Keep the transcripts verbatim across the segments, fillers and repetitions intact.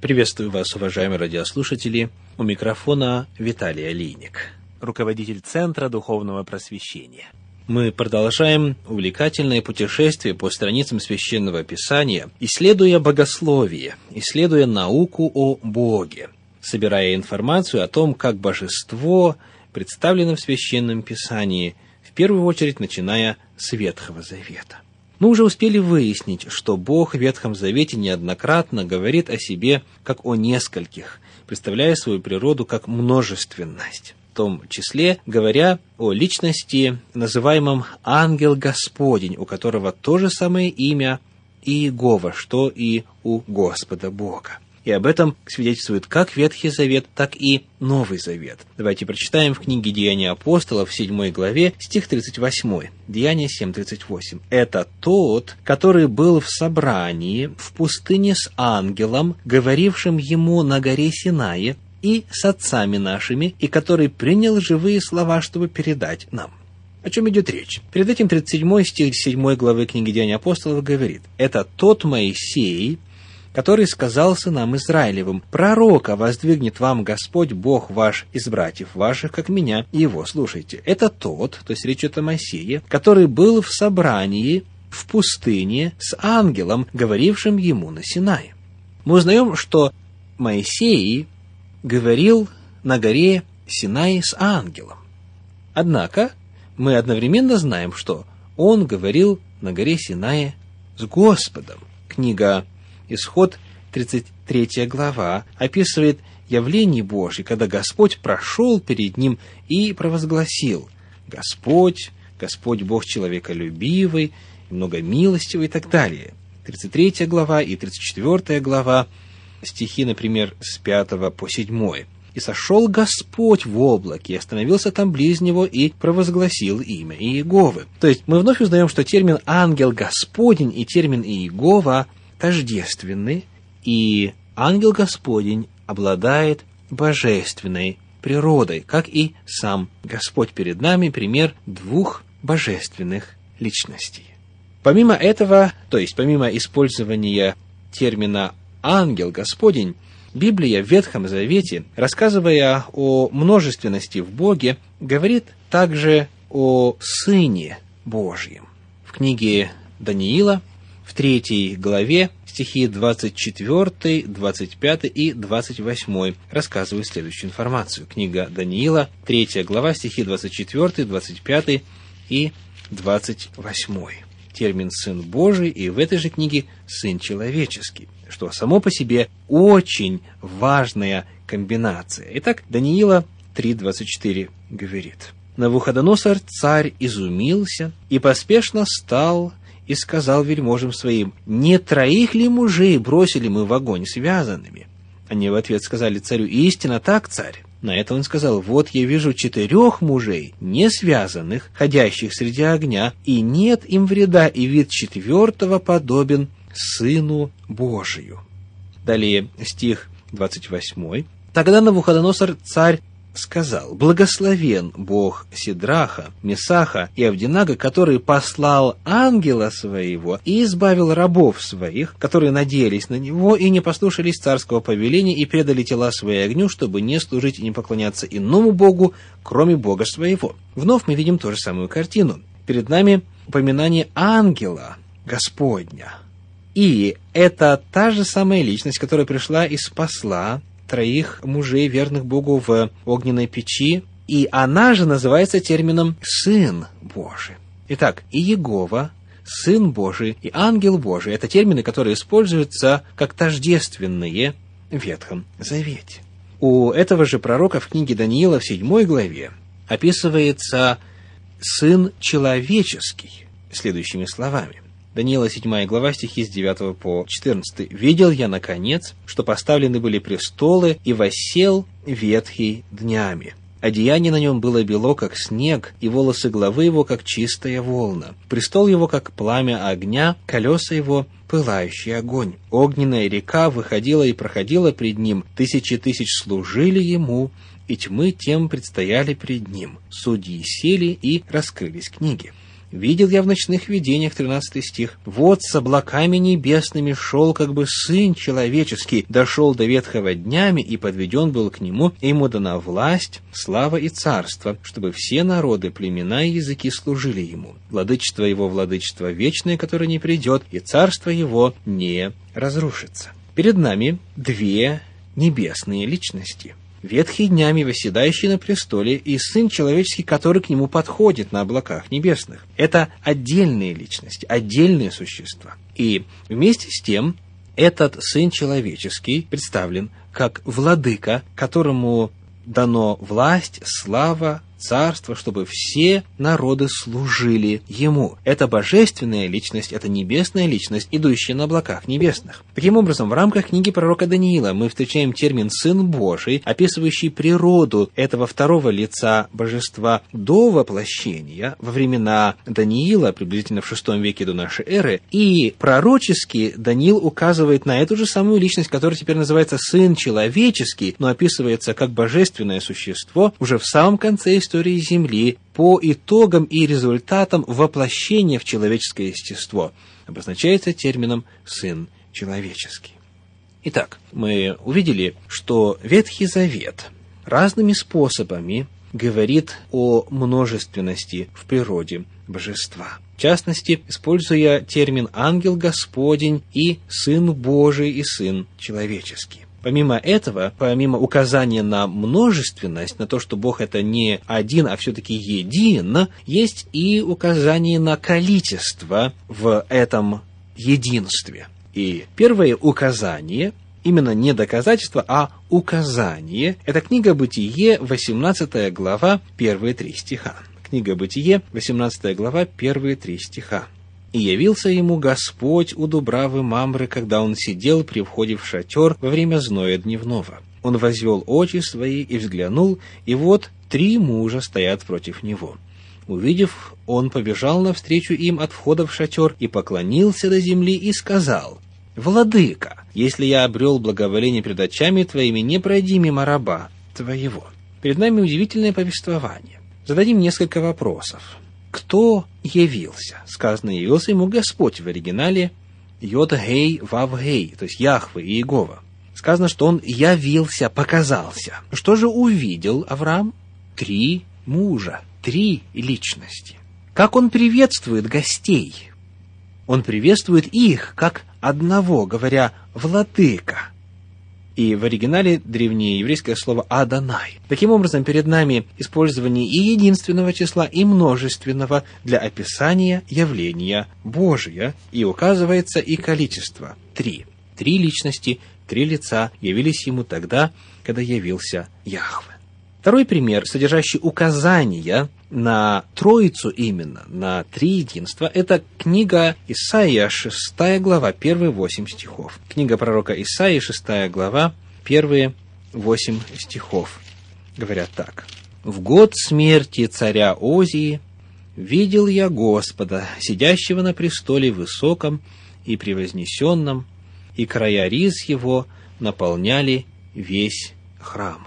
Приветствую вас, уважаемые радиослушатели. У микрофона Виталий Алийник, руководитель Центра Духовного Просвещения. Мы продолжаем увлекательное путешествие по страницам Священного Писания, исследуя богословие, исследуя науку о Боге, собирая информацию о том, как божество представлено в Священном Писании, в первую очередь начиная с Ветхого Завета. Мы уже успели выяснить, что Бог в Ветхом Завете неоднократно говорит о себе как о нескольких, представляя свою природу как множественность, в том числе говоря о личности, называемом Ангел Господень, у которого то же самое имя Иегова, что и у Господа Бога. И об этом свидетельствует как Ветхий Завет, так и Новый Завет. Давайте прочитаем в книге «Деяния апостолов» в седьмой главе, стих тридцать восемь. Деяния семь тридцать восемь. «Это тот, который был в собрании в пустыне с ангелом, говорившим ему на горе Синае, и с отцами нашими, и который принял живые слова, чтобы передать нам». О чем идет речь? Перед этим тридцать седьмой стих седьмой главы книги «Деяния апостолов» говорит: «Это тот Моисей, который сказал сынам Израилевым: пророка воздвигнет вам Господь Бог ваш из братьев ваших, как меня, и его слушайте». Это тот, то есть речь идет о Моисее, который был в собрании в пустыне с ангелом, говорившим ему на Синае. Мы узнаем, что Моисей говорил на горе Синае с ангелом. Однако мы одновременно знаем, что он говорил на горе Синае с Господом. Книга Исход, тридцать третья глава, описывает явление Божье, когда Господь прошел перед ним и провозгласил: «Господь, Господь Бог человеколюбивый, многомилостивый» и так далее. тридцать третья глава и тридцать четвёртая глава, стихи, например, с пятого по седьмой. «И сошел Господь в облаке, и остановился там близ него, и провозгласил имя Иеговы». То есть мы вновь узнаем, что термин «ангел Господень» и термин «Иегова» тождественны, и ангел Господень обладает божественной природой, как и сам Господь. Перед нами пример двух божественных личностей. Помимо этого, то есть помимо использования термина «ангел Господень», Библия в Ветхом Завете, рассказывая о множественности в Боге, говорит также о Сыне Божьем. В книге Даниила, в третьей главе, стихи двадцать четыре, двадцать пять и двадцать восемь рассказывают следующую информацию. Книга Даниила, третья глава, стихи двадцать четыре, двадцать пять и двадцать восемь. Термин «Сын Божий» и в этой же книге «Сын человеческий», что само по себе очень важная комбинация. Итак, Даниила три двадцать четыре говорит: «Навуходоносор царь изумился и поспешно встал и сказал вельможам своим: не троих ли мужей бросили мы в огонь связанными? Они в ответ сказали царю: истинно так, царь. На это он сказал: вот я вижу четырех мужей, не связанных, ходящих среди огня, и нет им вреда, и вид четвертого подобен Сыну Божию». Далее стих двадцать восемь. «Тогда Навуходоносор царь сказал: благословен Бог Сидраха, Месаха и Авдинага, который послал ангела своего и избавил рабов своих, которые надеялись на него и не послушались царского повеления и предали тела свои огню, чтобы не служить и не поклоняться иному богу, кроме Бога своего». Вновь мы видим ту же самую картину. Перед нами упоминание ангела Господня. И это та же самая личность, которая пришла и спасла троих мужей, верных Богу, в огненной печи, и она же называется термином «Сын Божий». Итак, Иегова, Сын Божий и Ангел Божий – это термины, которые используются как тождественные в Ветхом Завете. У этого же пророка в книге Даниила в седьмой главе описывается Сын Человеческий следующими словами. Даниила, седьмая глава, стихи с девятого по четырнадцатый. «Видел я, наконец, что поставлены были престолы, и воссел ветхий днями. Одеяние на нем было бело, как снег, и волосы главы его, как чистая волна. Престол его, как пламя огня, колеса его, пылающий огонь. Огненная река выходила и проходила пред ним, тысячи тысяч служили ему, и тьмы тем предстояли пред ним. Судьи сели, и раскрылись книги». «Видел я в ночных видениях», тринадцатый стих, «вот с облаками небесными шел, как бы Сын Человеческий, дошел до ветхого днями, и подведен был к Нему, и Ему дана власть, слава и царство, чтобы все народы, племена и языки служили Ему. Владычество Его, владычество вечное, которое не придет, и царство Его не разрушится». Перед нами две небесные личности. Ветхий днями восседающий на престоле и Сын Человеческий, который к Нему подходит на облаках небесных. Это отдельные личности, отдельные существа. И вместе с тем этот Сын Человеческий представлен как владыка, которому дано власть, слава, царство, чтобы все народы служили Ему. Это божественная личность, это небесная личность, идущая на облаках небесных. Таким образом, в рамках книги пророка Даниила мы встречаем термин «Сын Божий», описывающий природу этого второго лица божества до воплощения, во времена Даниила, приблизительно в шестом веке до нашей эры, и пророчески Даниил указывает на эту же самую личность, которая теперь называется «Сын Человеческий», но описывается как божественное существо уже в самом конце истории истории Земли по итогам и результатам воплощения в человеческое естество, обозначается термином «сын человеческий». Итак, мы увидели, что Ветхий Завет разными способами говорит о множественности в природе божества. В частности, используя термин «ангел Господень» и «сын Божий» и «сын человеческий». Помимо этого, помимо указания на множественность, на то, что Бог это не один, а все-таки един, есть и указание на количество в этом единстве. И первое указание, именно не доказательство, а указание, это книга Бытие, восемнадцатая глава, первые три стиха. Книга Бытие, восемнадцатая глава, первые три стиха. «И явился ему Господь у дубравы Мамры, когда он сидел при входе в шатер во время зноя дневного. Он возвел очи свои и взглянул, и вот три мужа стоят против него. Увидев, он побежал навстречу им от входа в шатер и поклонился до земли и сказал: «Владыка, если я обрел благоволение пред очами твоими, не пройди мимо раба твоего». Перед нами удивительное повествование. Зададим несколько вопросов. Кто явился? Сказано, явился ему Господь в оригинале Йод-Гей, Вав-Гей, то есть Яхве и Иегова. Сказано, что он явился, показался. Что же увидел Авраам? Три мужа, три личности. Как он приветствует гостей? Он приветствует их как одного, говоря «владыка». И в оригинале древнееврейское слово «Адонай». Таким образом, перед нами использование и единственного числа, и множественного для описания явления Божия, и указывается и количество – три. Три личности, три лица явились ему тогда, когда явился Яхве. Второй пример, содержащий указания на Троицу именно, на Триединство, это книга Исаия, шестая глава, первые восемь стихов. Книга пророка Исаии, шестая глава, первые восемь стихов. Говорят так. «В год смерти царя Озии видел я Господа, сидящего на престоле высоком и превознесенном, и края риз его наполняли весь храм.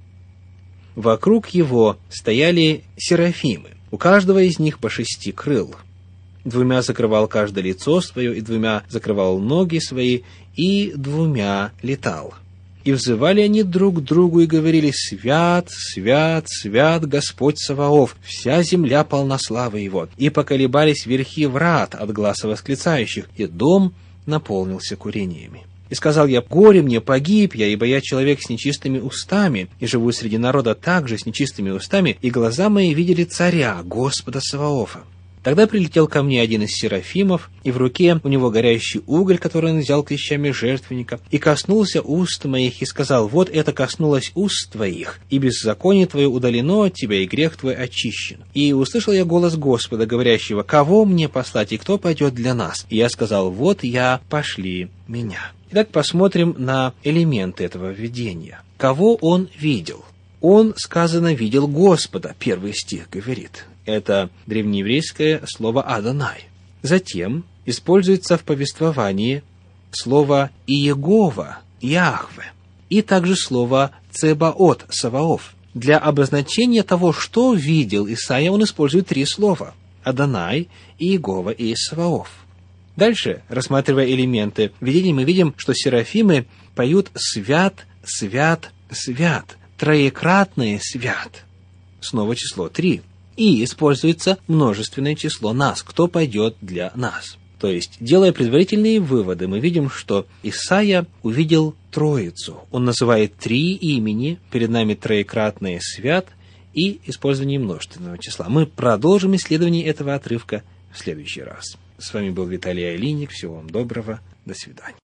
Вокруг его стояли серафимы, у каждого из них по шести крыл. Двумя закрывал каждое лицо свое, и двумя закрывал ноги свои, и двумя летал. И взывали они друг к другу и говорили: «Свят, свят, свят Господь Саваоф, вся земля полна славы Его». И поколебались верхи врат от гласа восклицающих, и дом наполнился курениями. И сказал я: горе мне, погиб я, ибо я человек с нечистыми устами, и живу среди народа также с нечистыми устами, и глаза мои видели царя, Господа Саваофа. Тогда прилетел ко мне один из серафимов, и в руке у него горящий уголь, который он взял клещами жертвенника, и коснулся уст моих, и сказал: вот это коснулось уст твоих, и беззаконие твое удалено от тебя, и грех твой очищен. И услышал я голос Господа, говорящего: кого мне послать, и кто пойдет для нас? И я сказал: вот я, пошли меня. Итак, посмотрим на элементы этого видения. Кого он видел? Он, сказано, видел Господа, первый стих говорит. Это древнееврейское слово «Адонай». Затем используется в повествовании слово «Иегова», «Яхве», и также слово «Цебаот», «Саваоф». Для обозначения того, что видел Исаия, он использует три слова. Адонай и Иегова и Саваоф. Дальше, рассматривая элементы видения, мы видим, что серафимы поют «Свят, свят, свят», троекратное «свят». Снова число три. И используется множественное число «нас», кто пойдет для нас. То есть, делая предварительные выводы, мы видим, что Исайя увидел Троицу. Он называет три имени, перед нами троекратное «свят» и использование множественного числа. Мы продолжим исследование этого отрывка в следующий раз. С вами был Виталий Алиник. Всего вам доброго. До свидания.